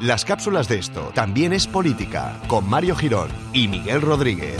Las cápsulas de Esto también es política, con Mario Girón y Miguel Rodríguez.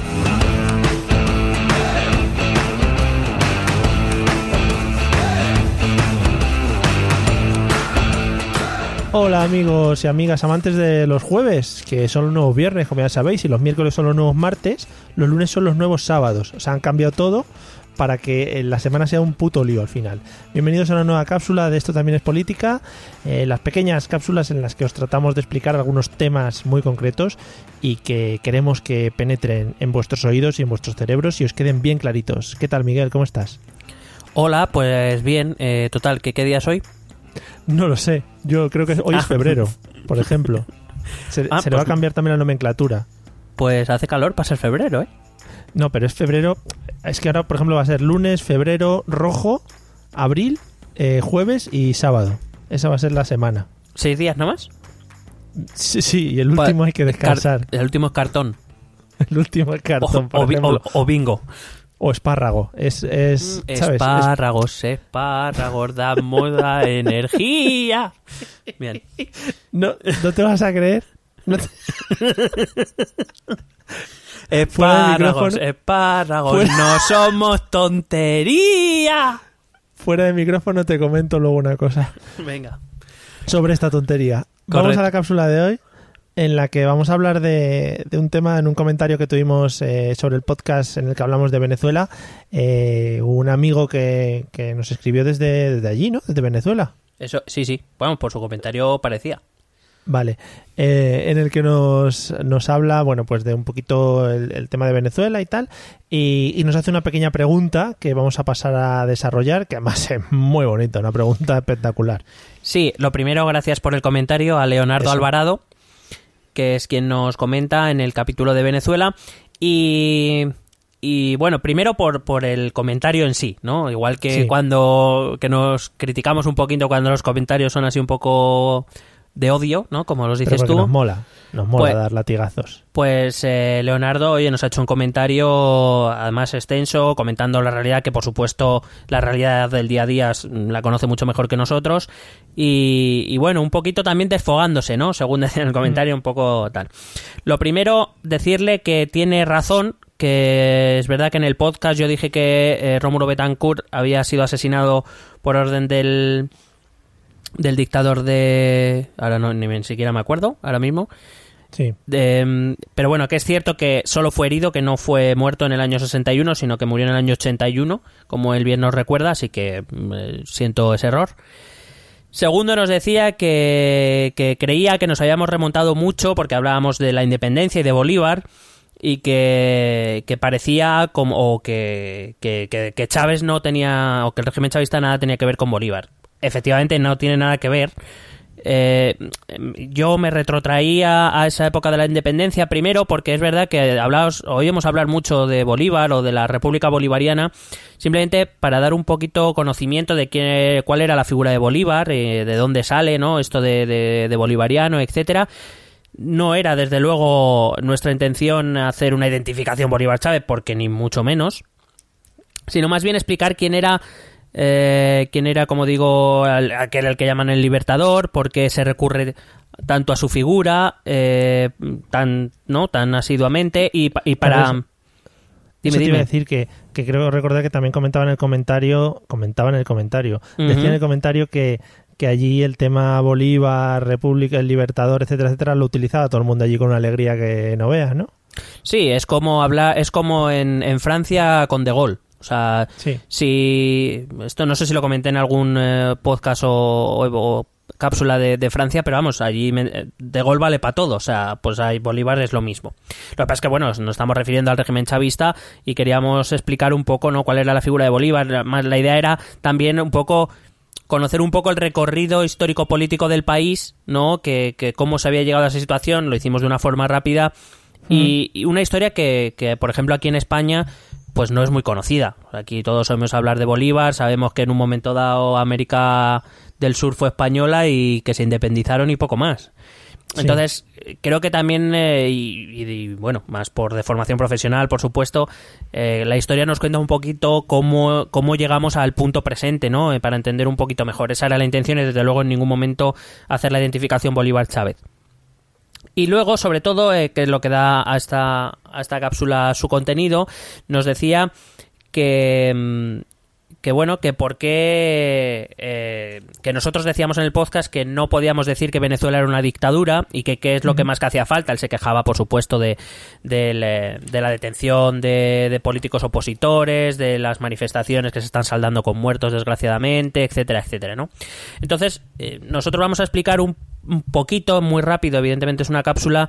Hola amigos y amigas amantes de los jueves, que son los nuevos viernes, como ya sabéis, y los miércoles son los nuevos martes, los lunes son los nuevos sábados. O sea, han cambiado todo para que la semana sea un puto lío al final. Bienvenidos a una nueva cápsula de Esto también es política, las pequeñas cápsulas en las que os tratamos de explicar algunos temas muy concretos y que queremos que penetren en vuestros oídos y en vuestros cerebros y os queden bien claritos. ¿Qué tal, Miguel? ¿Cómo estás? Hola, pues bien, total, ¿qué día es hoy? No lo sé, yo creo que hoy es febrero, por ejemplo. Se le va a cambiar también la nomenclatura. Pues hace calor para ser febrero, ¿eh? No, pero es febrero. Es que ahora, por ejemplo, va a ser lunes, febrero, rojo, abril, jueves y sábado. Esa va a ser la semana. 6 días nomás. Sí, y el último hay que descansar. El último es cartón. El último es cartón, por ejemplo. O bingo. O espárrago. ¿sabes? Espárragos, damos la energía. Bien. No te vas a creer. No te... Espárragos, no somos tontería. Fuera de micrófono te comento luego una cosa. Venga. Sobre esta tontería. Correcto. Vamos a la cápsula de hoy, en la que vamos a hablar de un tema en un comentario que tuvimos sobre el podcast en el que hablamos de Venezuela. Un amigo que nos escribió desde allí, ¿no? Desde Venezuela. Eso, sí. Bueno, por su comentario parecía. Vale, en el que nos habla, bueno, pues de un poquito el tema de Venezuela y tal, y nos hace una pequeña pregunta que vamos a pasar a desarrollar, que además es muy bonita, una pregunta espectacular. Sí, lo primero, gracias por el comentario a Leonardo Alvarado, que es quien nos comenta en el capítulo de Venezuela, y bueno, primero por el comentario en sí, ¿no? Igual que sí. Cuando que nos criticamos un poquito cuando los comentarios son así un poco de odio, ¿no? Como los dices tú. Nos mola pues, dar latigazos. Pues Leonardo, oye, nos ha hecho un comentario además extenso, comentando la realidad, que por supuesto la realidad del día a día la conoce mucho mejor que nosotros, y bueno, un poquito también desfogándose, ¿no? Según decía en el comentario, un poco tal. Lo primero, decirle que tiene razón, que es verdad que en el podcast yo dije que Rómulo Betancourt había sido asesinado por orden del dictador de... Ahora no, ni siquiera me acuerdo, ahora mismo. Sí. Pero bueno, que es cierto que solo fue herido, que no fue muerto en el año 61, sino que murió en el año 81, como él bien nos recuerda, así que siento ese error. Segundo, nos decía que creía que nos habíamos remontado mucho porque hablábamos de la independencia y de Bolívar, y que parecía como o que Chávez no tenía, o que el régimen chavista nada tenía que ver con Bolívar. Efectivamente no tiene nada que ver. Yo me retrotraía a esa época de la independencia, primero porque es verdad que oímos hablar mucho de Bolívar o de la República Bolivariana, simplemente para dar un poquito conocimiento de cuál era la figura de Bolívar, de dónde sale, ¿no? Esto de bolivariano, etcétera. No era desde luego nuestra intención hacer una identificación Bolívar-Chávez, porque ni mucho menos, sino más bien explicar quién era, como digo, aquel al que llaman el Libertador, por qué se recurre tanto a su figura tan asiduamente y para... Dime. Te iba a decir que creo recordar que también comentaba en el comentario, decía en el comentario que allí el tema Bolívar, República, el Libertador, etcétera, etcétera, lo utilizaba todo el mundo allí con una alegría que no veas, ¿no? Sí, es como en Francia con De Gaulle. O sea, sí. Si esto no sé si lo comenté en algún podcast o cápsula de Francia, pero vamos, allí De Gaulle vale para todo, o sea, pues ahí Bolívar es lo mismo. Lo que pasa es que, bueno, nos estamos refiriendo al régimen chavista y queríamos explicar un poco, ¿no?, cuál era la figura de Bolívar. La idea era también un poco conocer un poco el recorrido histórico-político del país, ¿no?, que cómo se había llegado a esa situación. Lo hicimos de una forma rápida y una historia que, por ejemplo, aquí en España pues no es muy conocida. Aquí todos oímos hablar de Bolívar, sabemos que en un momento dado América del Sur fue española y que se independizaron y poco más. Entonces, creo que también, y bueno, más por de formación profesional, por supuesto, la historia nos cuenta un poquito cómo llegamos al punto presente, ¿no? Para entender un poquito mejor. Esa era la intención y, desde luego, en ningún momento hacer la identificación Bolívar-Chávez. Y luego, sobre todo, que es lo que da a esta cápsula su contenido, nos decía que bueno, que por qué que nosotros decíamos en el podcast que no podíamos decir que Venezuela era una dictadura y que qué es lo que más que hacía falta. Él se quejaba, por supuesto, de la detención de políticos opositores, de las manifestaciones que se están saldando con muertos, desgraciadamente, etcétera, etcétera, ¿no? Entonces, nosotros vamos a explicar un poquito, muy rápido, evidentemente es una cápsula,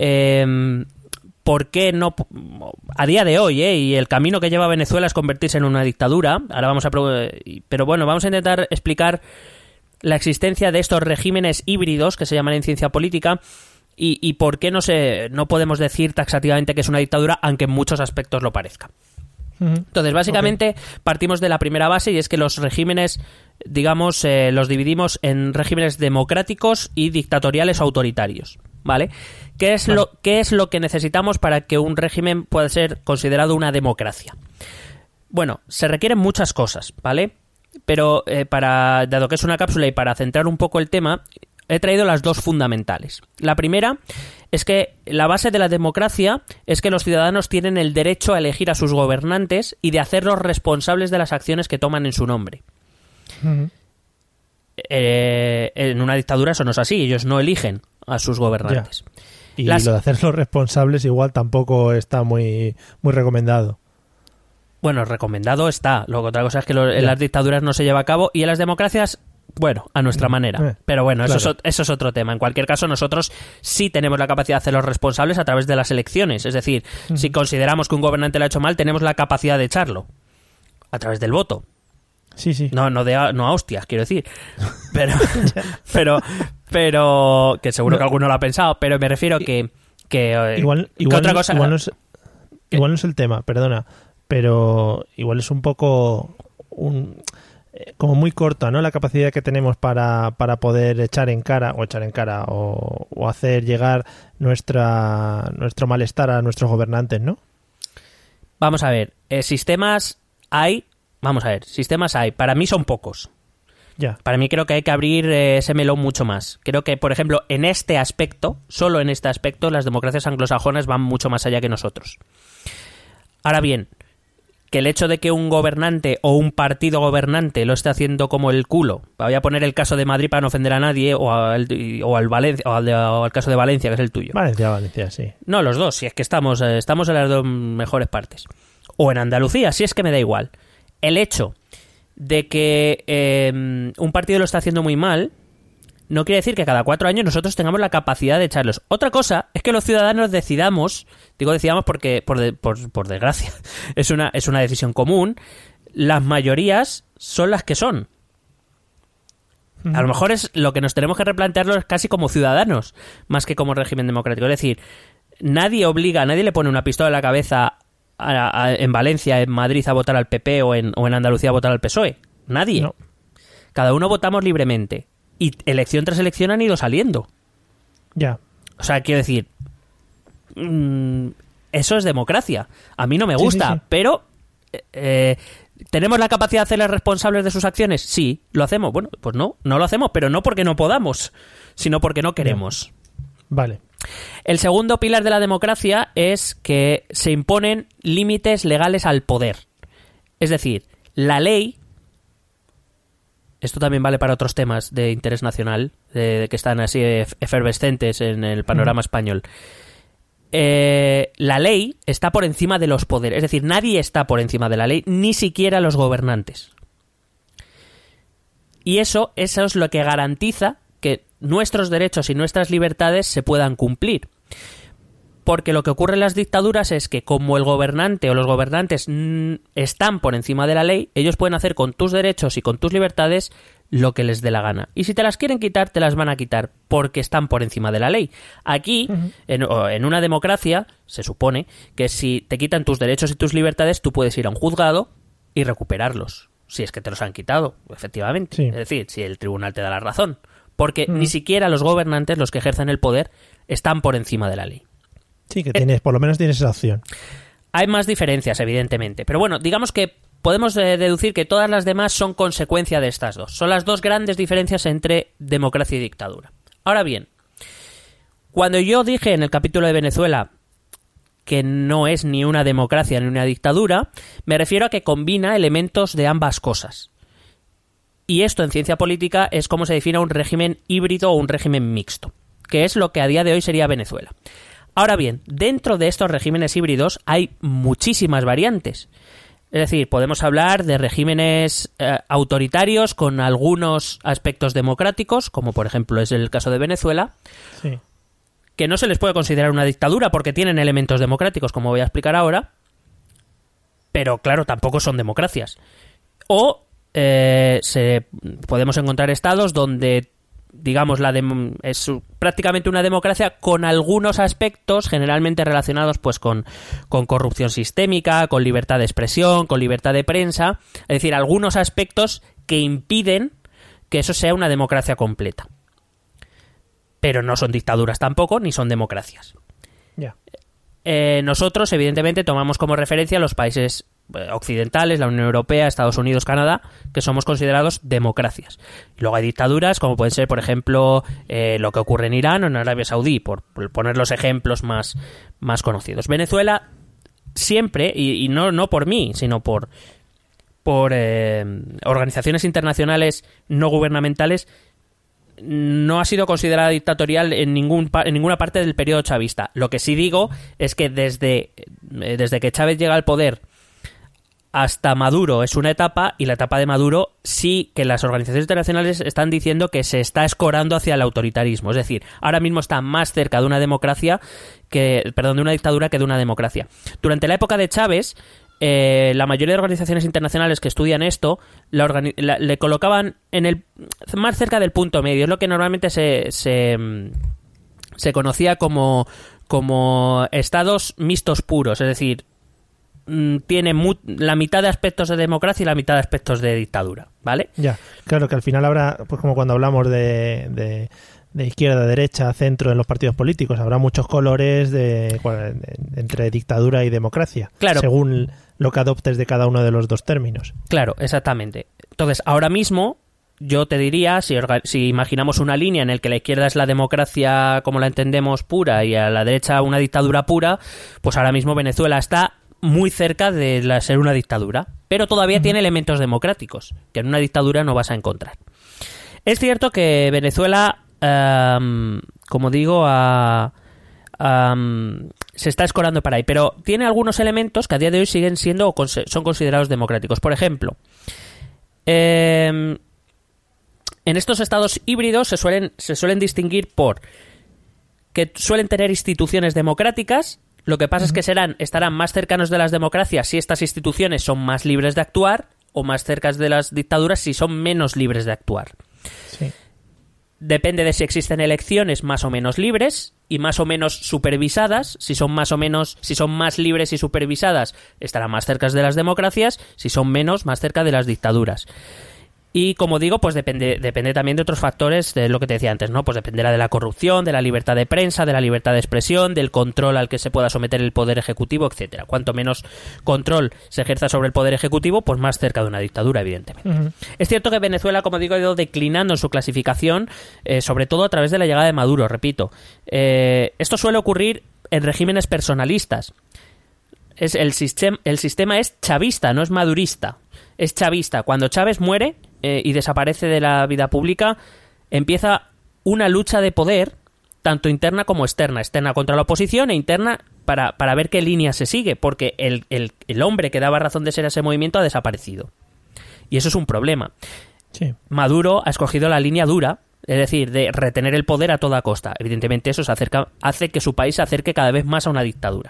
¿por qué no? A día de hoy, y el camino que lleva Venezuela es convertirse en una dictadura. Ahora pero bueno, vamos a intentar explicar la existencia de estos regímenes híbridos que se llaman en ciencia política y por qué no podemos decir taxativamente que es una dictadura, aunque en muchos aspectos lo parezca. Entonces, básicamente, partimos de la primera base, y es que los regímenes, digamos, los dividimos en regímenes democráticos y dictatoriales o autoritarios, ¿vale? ¿Qué es lo que necesitamos para que un régimen pueda ser considerado una democracia? Bueno, se requieren muchas cosas, ¿vale? Pero dado que es una cápsula y para centrar un poco el tema, he traído las dos fundamentales. La primera es que la base de la democracia es que los ciudadanos tienen el derecho a elegir a sus gobernantes y de hacerlos responsables de las acciones que toman en su nombre. En una dictadura eso no es así, ellos no eligen a sus gobernantes. Ya. Y lo de hacerlos responsables igual tampoco está muy, muy recomendado. Bueno, recomendado está. Luego, otra cosa es que en las dictaduras no se lleva a cabo, y en las democracias, bueno, a nuestra manera. Pero bueno, claro. Eso es otro tema. En cualquier caso, nosotros sí tenemos la capacidad de hacerlos responsables a través de las elecciones. Es decir, si consideramos que un gobernante lo ha hecho mal, tenemos la capacidad de echarlo a través del voto. Sí, sí. No a hostias, quiero decir. Pero que seguro que alguno lo ha pensado, pero me refiero que igual otra cosa. Igual no es el tema, perdona, pero igual es un poco como muy corta, ¿no? La capacidad que tenemos para poder echar en cara o hacer llegar nuestro malestar a nuestros gobernantes, ¿no? Vamos a ver, sistemas hay. Para mí son pocos. Ya. Para mí creo que hay que abrir ese melón mucho más. Creo que, por ejemplo, solo en este aspecto, las democracias anglosajonas van mucho más allá que nosotros. Ahora bien, que el hecho de que un gobernante o un partido gobernante lo esté haciendo como el culo, voy a poner el caso de Madrid para no ofender a nadie, o al caso de Valencia, que es el tuyo. Valencia, sí. No, los dos, si es que estamos en las dos mejores partes. O en Andalucía, si es que me da igual. El hecho de que un partido lo está haciendo muy mal no quiere decir que cada 4 años nosotros tengamos la capacidad de echarlos. Otra cosa es que los ciudadanos decidamos porque, por desgracia, es una decisión común, las mayorías son las que son. A lo mejor es lo que nos tenemos que replantearlo es casi como ciudadanos, más que como régimen democrático. Es decir, nadie le pone una pistola en la cabeza en Valencia, en Madrid a votar al PP o en Andalucía a votar al PSOE. Nadie. No. Cada uno votamos libremente. Y elección tras elección han ido saliendo. Ya. O sea, quiero decir, eso es democracia. A mí no me gusta, sí. Pero ¿tenemos la capacidad de hacerles responsables de sus acciones? Sí. ¿Lo hacemos? Bueno, pues no lo hacemos, pero no porque no podamos, sino porque no queremos. Vale. El segundo pilar de la democracia es que se imponen límites legales al poder. Es decir, la ley, esto también vale para otros temas de interés nacional, que están así efervescentes en el panorama español. La ley está por encima de los poderes, es decir, nadie está por encima de la ley, ni siquiera los gobernantes. Y eso es lo que garantiza que nuestros derechos y nuestras libertades se puedan cumplir. Porque lo que ocurre en las dictaduras es que como el gobernante o los gobernantes están por encima de la ley, ellos pueden hacer con tus derechos y con tus libertades lo que les dé la gana. Y si te las quieren quitar, te las van a quitar porque están por encima de la ley. Aquí, en una democracia, se supone que si te quitan tus derechos y tus libertades, tú puedes ir a un juzgado y recuperarlos. Si es que te los han quitado, efectivamente. Sí. Es decir, si el tribunal te da la razón. Porque ni siquiera los gobernantes, los que ejercen el poder, están por encima de la ley. Sí, que por lo menos tienes esa opción. Hay más diferencias, evidentemente. Pero bueno, digamos que podemos deducir que todas las demás son consecuencia de estas dos. Son las dos grandes diferencias entre democracia y dictadura. Ahora bien, Cuando yo dije en el capítulo de Venezuela que no es ni una democracia ni una dictadura, me refiero a que combina elementos de ambas cosas. Y esto en ciencia política es como se define un régimen híbrido o un régimen mixto, que es lo que a día de hoy sería Venezuela. Ahora bien, dentro de estos regímenes híbridos hay muchísimas variantes. Es decir, podemos hablar de regímenes autoritarios con algunos aspectos democráticos, como por ejemplo es el caso de Venezuela, Sí. que no se les puede considerar una dictadura porque tienen elementos democráticos, como voy a explicar ahora, pero claro, tampoco son democracias. O podemos encontrar estados donde, digamos, es prácticamente una democracia con algunos aspectos generalmente relacionados pues con corrupción sistémica, con libertad de expresión, con libertad de prensa, es decir, algunos aspectos que impiden que eso sea una democracia completa. Pero no son dictaduras tampoco, ni son democracias. Ya. Nosotros, evidentemente, tomamos como referencia los países occidentales, la Unión Europea, Estados Unidos, Canadá, que somos considerados democracias. Y luego hay dictaduras, como pueden ser, por ejemplo, lo que ocurre en Irán o en Arabia Saudí, por poner los ejemplos más conocidos. Venezuela siempre, y no por mí, sino por organizaciones internacionales no gubernamentales, no ha sido considerada dictatorial en ninguna parte del periodo chavista. Lo que sí digo es que desde que Chávez llega al poder hasta Maduro es una etapa, y la etapa de Maduro sí que las organizaciones internacionales están diciendo que se está escorando hacia el autoritarismo. Es decir, ahora mismo está más cerca de una democracia de una dictadura que de una democracia. Durante la época de Chávez, la mayoría de organizaciones internacionales que estudian esto le colocaban más cerca del punto medio. Es lo que normalmente se conocía como estados mixtos puros, es decir, tiene la mitad de aspectos de democracia y la mitad de aspectos de dictadura, ¿vale? Ya, claro que al final habrá, pues como cuando hablamos de izquierda, derecha, centro en los partidos políticos, habrá muchos colores entre dictadura y democracia, claro, según lo que adoptes de cada uno de los dos términos. Claro, exactamente. Entonces, ahora mismo, yo te diría, si imaginamos una línea en la que la izquierda es la democracia como la entendemos pura y a la derecha una dictadura pura, pues ahora mismo Venezuela está muy cerca de ser una dictadura, pero todavía tiene elementos democráticos, que en una dictadura no vas a encontrar. Es cierto que Venezuela, como digo, se está escorando para ahí, pero tiene algunos elementos que a día de hoy siguen siendo o son considerados democráticos. Por ejemplo, en estos estados híbridos se suelen distinguir por que suelen tener instituciones democráticas. Lo que pasa es que estarán más cercanos de las democracias si estas instituciones son más libres de actuar, o más cerca de las dictaduras si son menos libres de actuar. Sí. Depende de si existen elecciones más o menos libres y más o menos supervisadas. Si son más libres y supervisadas, estarán más cerca de las democracias. Si son menos, más cerca de las dictaduras. Y como digo, pues depende también de otros factores, de lo que te decía antes, ¿no? Pues dependerá de la corrupción, de la libertad de prensa, de la libertad de expresión, del control al que se pueda someter el poder ejecutivo, etcétera. Cuanto menos control se ejerza sobre el poder ejecutivo, pues más cerca de una dictadura, evidentemente. Uh-huh. Es cierto que Venezuela, como digo, ha ido declinando en su clasificación, sobre todo a través de la llegada de Maduro, repito. Esto suele ocurrir en regímenes personalistas. El sistema es chavista, no es madurista. Es chavista. Cuando Chávez muere y desaparece de la vida pública, empieza una lucha de poder, tanto interna como externa. Externa contra la oposición e interna para ver qué línea se sigue, porque el hombre que daba razón de ser a ese movimiento ha desaparecido. Y eso es un problema. Sí. Maduro ha escogido la línea dura, es decir, de retener el poder a toda costa. Evidentemente eso hace que su país se acerque cada vez más a una dictadura.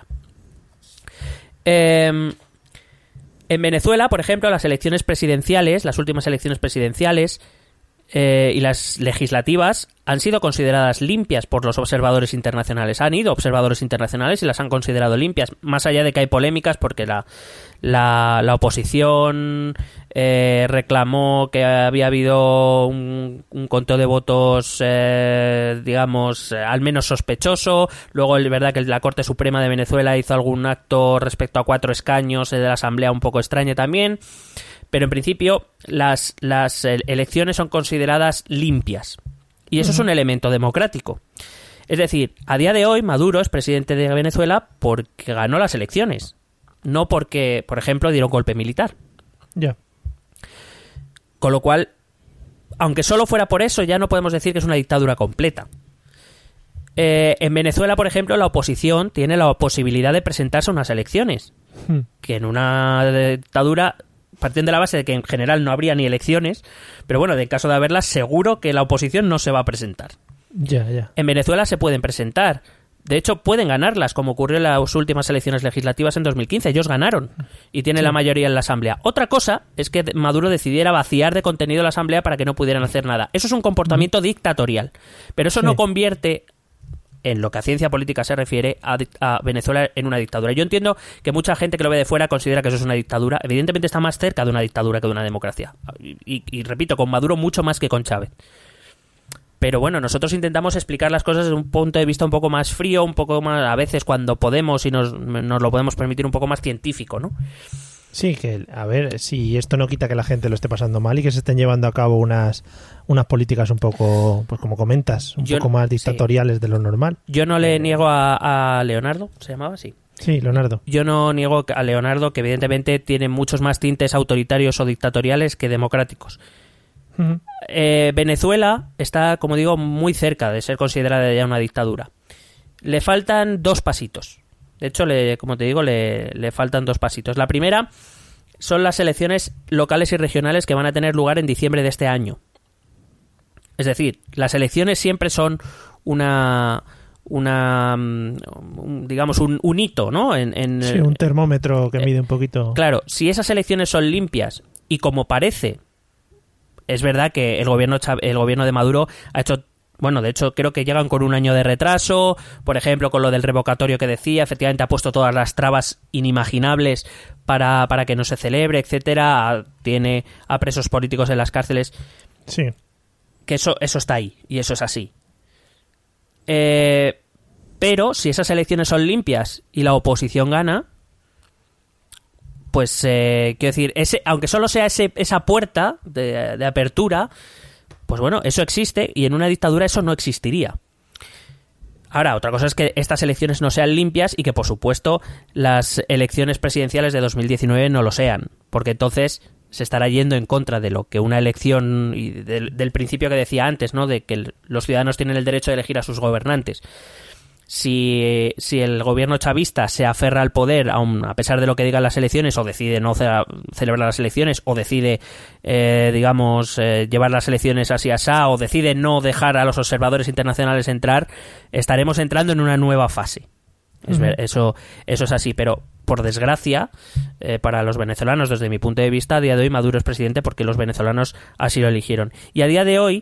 En Venezuela, por ejemplo, las últimas elecciones presidenciales y las legislativas han sido consideradas limpias por los observadores internacionales. Han ido observadores internacionales y las han considerado limpias, más allá de que hay polémicas porque la oposición reclamó que había habido un conteo de votos, digamos, al menos sospechoso. Luego es verdad que la Corte Suprema de Venezuela hizo algún acto respecto a 4 escaños de la Asamblea un poco extraña también. Pero en principio las elecciones son consideradas limpias. Y eso es un elemento democrático. Es decir, a día de hoy Maduro es presidente de Venezuela porque ganó las elecciones, no porque, por ejemplo, dieron golpe militar. Ya. Con lo cual, aunque solo fuera por eso, ya no podemos decir que es una dictadura completa. En Venezuela, por ejemplo, la oposición tiene la posibilidad de presentarse a unas elecciones, que en una dictadura, partiendo de la base de que en general no habría ni elecciones, pero bueno, en caso de haberlas, seguro que la oposición no se va a presentar. Ya. En Venezuela se pueden presentar. De hecho, pueden ganarlas, como ocurrió en las últimas elecciones legislativas en 2015. Ellos ganaron y tienen la mayoría en la Asamblea. Otra cosa es que Maduro decidiera vaciar de contenido la Asamblea para que no pudieran hacer nada. Eso es un comportamiento dictatorial. Pero eso no convierte, en lo que a ciencia política se refiere, a Venezuela en una dictadura. Yo entiendo que mucha gente que lo ve de fuera considera que eso es una dictadura. Evidentemente está más cerca de una dictadura que de una democracia. Y repito, con Maduro mucho más que con Chávez. Pero bueno, nosotros intentamos explicar las cosas desde un punto de vista un poco más frío, un poco más, a veces cuando podemos y nos lo podemos permitir, un poco más científico, ¿no? Sí, que a ver, si esto no quita que la gente lo esté pasando mal y que se estén llevando a cabo unas políticas un poco, pues como comentas, un poco más dictatoriales de lo normal. Yo no le niego a Leonardo, ¿se llamaba así? Sí, Leonardo. Yo no niego a Leonardo que evidentemente tiene muchos más tintes autoritarios o dictatoriales que democráticos. Venezuela está, como digo, muy cerca de ser considerada ya una dictadura. Le faltan 2 pasitos. De hecho, como te digo, le faltan 2 pasitos. La primera son las elecciones locales y regionales que van a tener lugar en diciembre de este año. Es decir, las elecciones siempre son digamos, un hito, ¿no? Sí, un termómetro que mide un poquito. Claro, si esas elecciones son limpias y como parece... Es verdad que el gobierno de Maduro ha hecho... Bueno, de hecho, creo que llegan con un año de retraso. Por ejemplo, con lo del revocatorio que decía, efectivamente ha puesto todas las trabas inimaginables para que no se celebre, etcétera. Tiene a presos políticos en las cárceles. Sí. Que eso está ahí, y eso es así. Pero si esas elecciones son limpias y la oposición gana... Pues, quiero decir, aunque solo sea esa puerta de apertura, pues bueno, eso existe y en una dictadura eso no existiría. Ahora, otra cosa es que estas elecciones no sean limpias y que, por supuesto, las elecciones presidenciales de 2019 no lo sean, porque entonces se estará yendo en contra de lo que una elección y del principio que decía antes, ¿no? De que los ciudadanos tienen el derecho de elegir a sus gobernantes. Si el gobierno chavista se aferra al poder, a pesar de lo que digan las elecciones, o decide no celebrar las elecciones, o decide, llevar las elecciones así asá, o decide no dejar a los observadores internacionales entrar, estaremos entrando en una nueva fase. Eso es así, pero por desgracia, para los venezolanos, desde mi punto de vista, a día de hoy Maduro es presidente porque los venezolanos así lo eligieron. Y a día de hoy,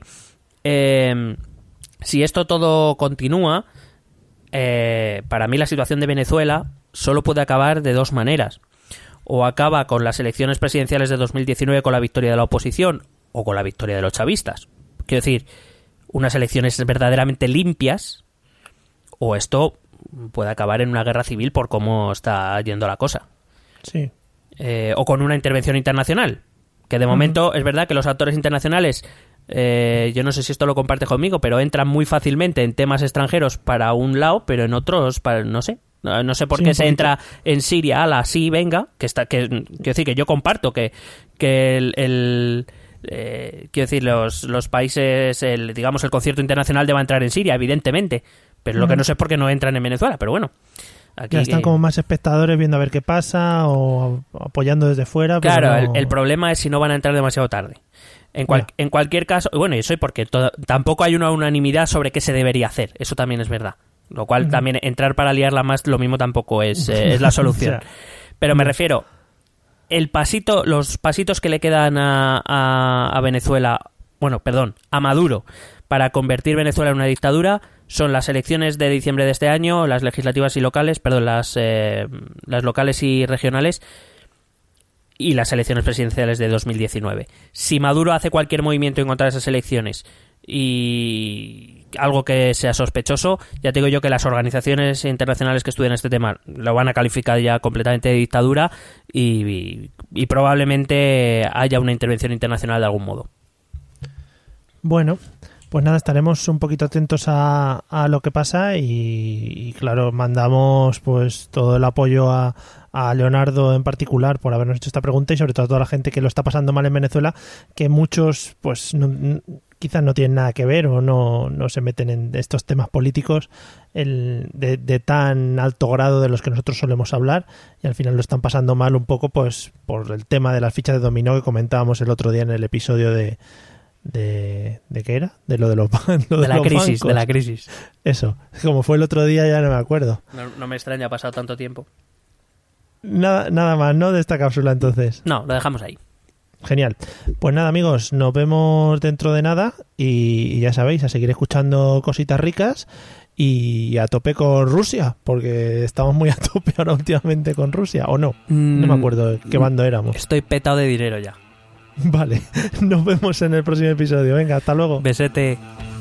si esto todo continúa, para mí la situación de Venezuela solo puede acabar de 2 maneras. O acaba con las elecciones presidenciales de 2019 con la victoria de la oposición o con la victoria de los chavistas. Quiero decir, unas elecciones verdaderamente limpias, o esto puede acabar en una guerra civil por cómo está yendo la cosa. Sí. O con una intervención internacional, que de momento es verdad que los actores internacionales... yo no sé si esto lo comparte conmigo, pero entran muy fácilmente en temas extranjeros para un lado, pero en otros no sé por qué se entra en Siria, sí, venga, quiero decir que yo comparto que quiero decir los países, el concierto internacional deba entrar en Siria, evidentemente, pero lo que no sé es por qué no entran en Venezuela, pero bueno. Aquí ya están como más espectadores viendo a ver qué pasa o apoyando desde fuera. Claro, pero no... el problema es si no van a entrar demasiado tarde. En cualquier caso, bueno, y eso porque tampoco hay una unanimidad sobre qué se debería hacer, eso también es verdad. Lo cual también entrar para liarla más, lo mismo tampoco es la solución. Pero me refiero, los pasitos que le quedan a Venezuela, a Maduro, para convertir Venezuela en una dictadura, son las elecciones de diciembre de este año, las legislativas y locales, las locales y regionales, y las elecciones presidenciales de 2019. Si Maduro hace cualquier movimiento en contra de esas elecciones y algo que sea sospechoso, ya te digo yo que las organizaciones internacionales que estudian este tema lo van a calificar ya completamente de dictadura y probablemente haya una intervención internacional de algún modo. Bueno, Pues nada, estaremos un poquito atentos a lo que pasa y claro, mandamos pues todo el apoyo a Leonardo en particular por habernos hecho esta pregunta y sobre todo a toda la gente que lo está pasando mal en Venezuela, que muchos pues quizás no tienen nada que ver o no se meten en estos temas políticos de tan alto grado de los que nosotros solemos hablar y al final lo están pasando mal un poco pues por el tema de las fichas de dominó que comentábamos el otro día en el episodio ¿de qué era? De lo de los bancos. De la crisis. Eso. Como fue el otro día ya no me acuerdo. No me extraña, ha pasado tanto tiempo. Nada más, ¿no? De esta cápsula entonces. No, lo dejamos ahí. Genial. Pues nada, amigos, nos vemos dentro de nada y ya sabéis, a seguir escuchando cositas ricas y a tope con Rusia, porque estamos muy a tope ahora últimamente con Rusia, ¿o no? No me acuerdo qué bando éramos. Estoy petado de dinero ya. Vale, nos vemos en el próximo episodio. Venga, hasta luego. Besete.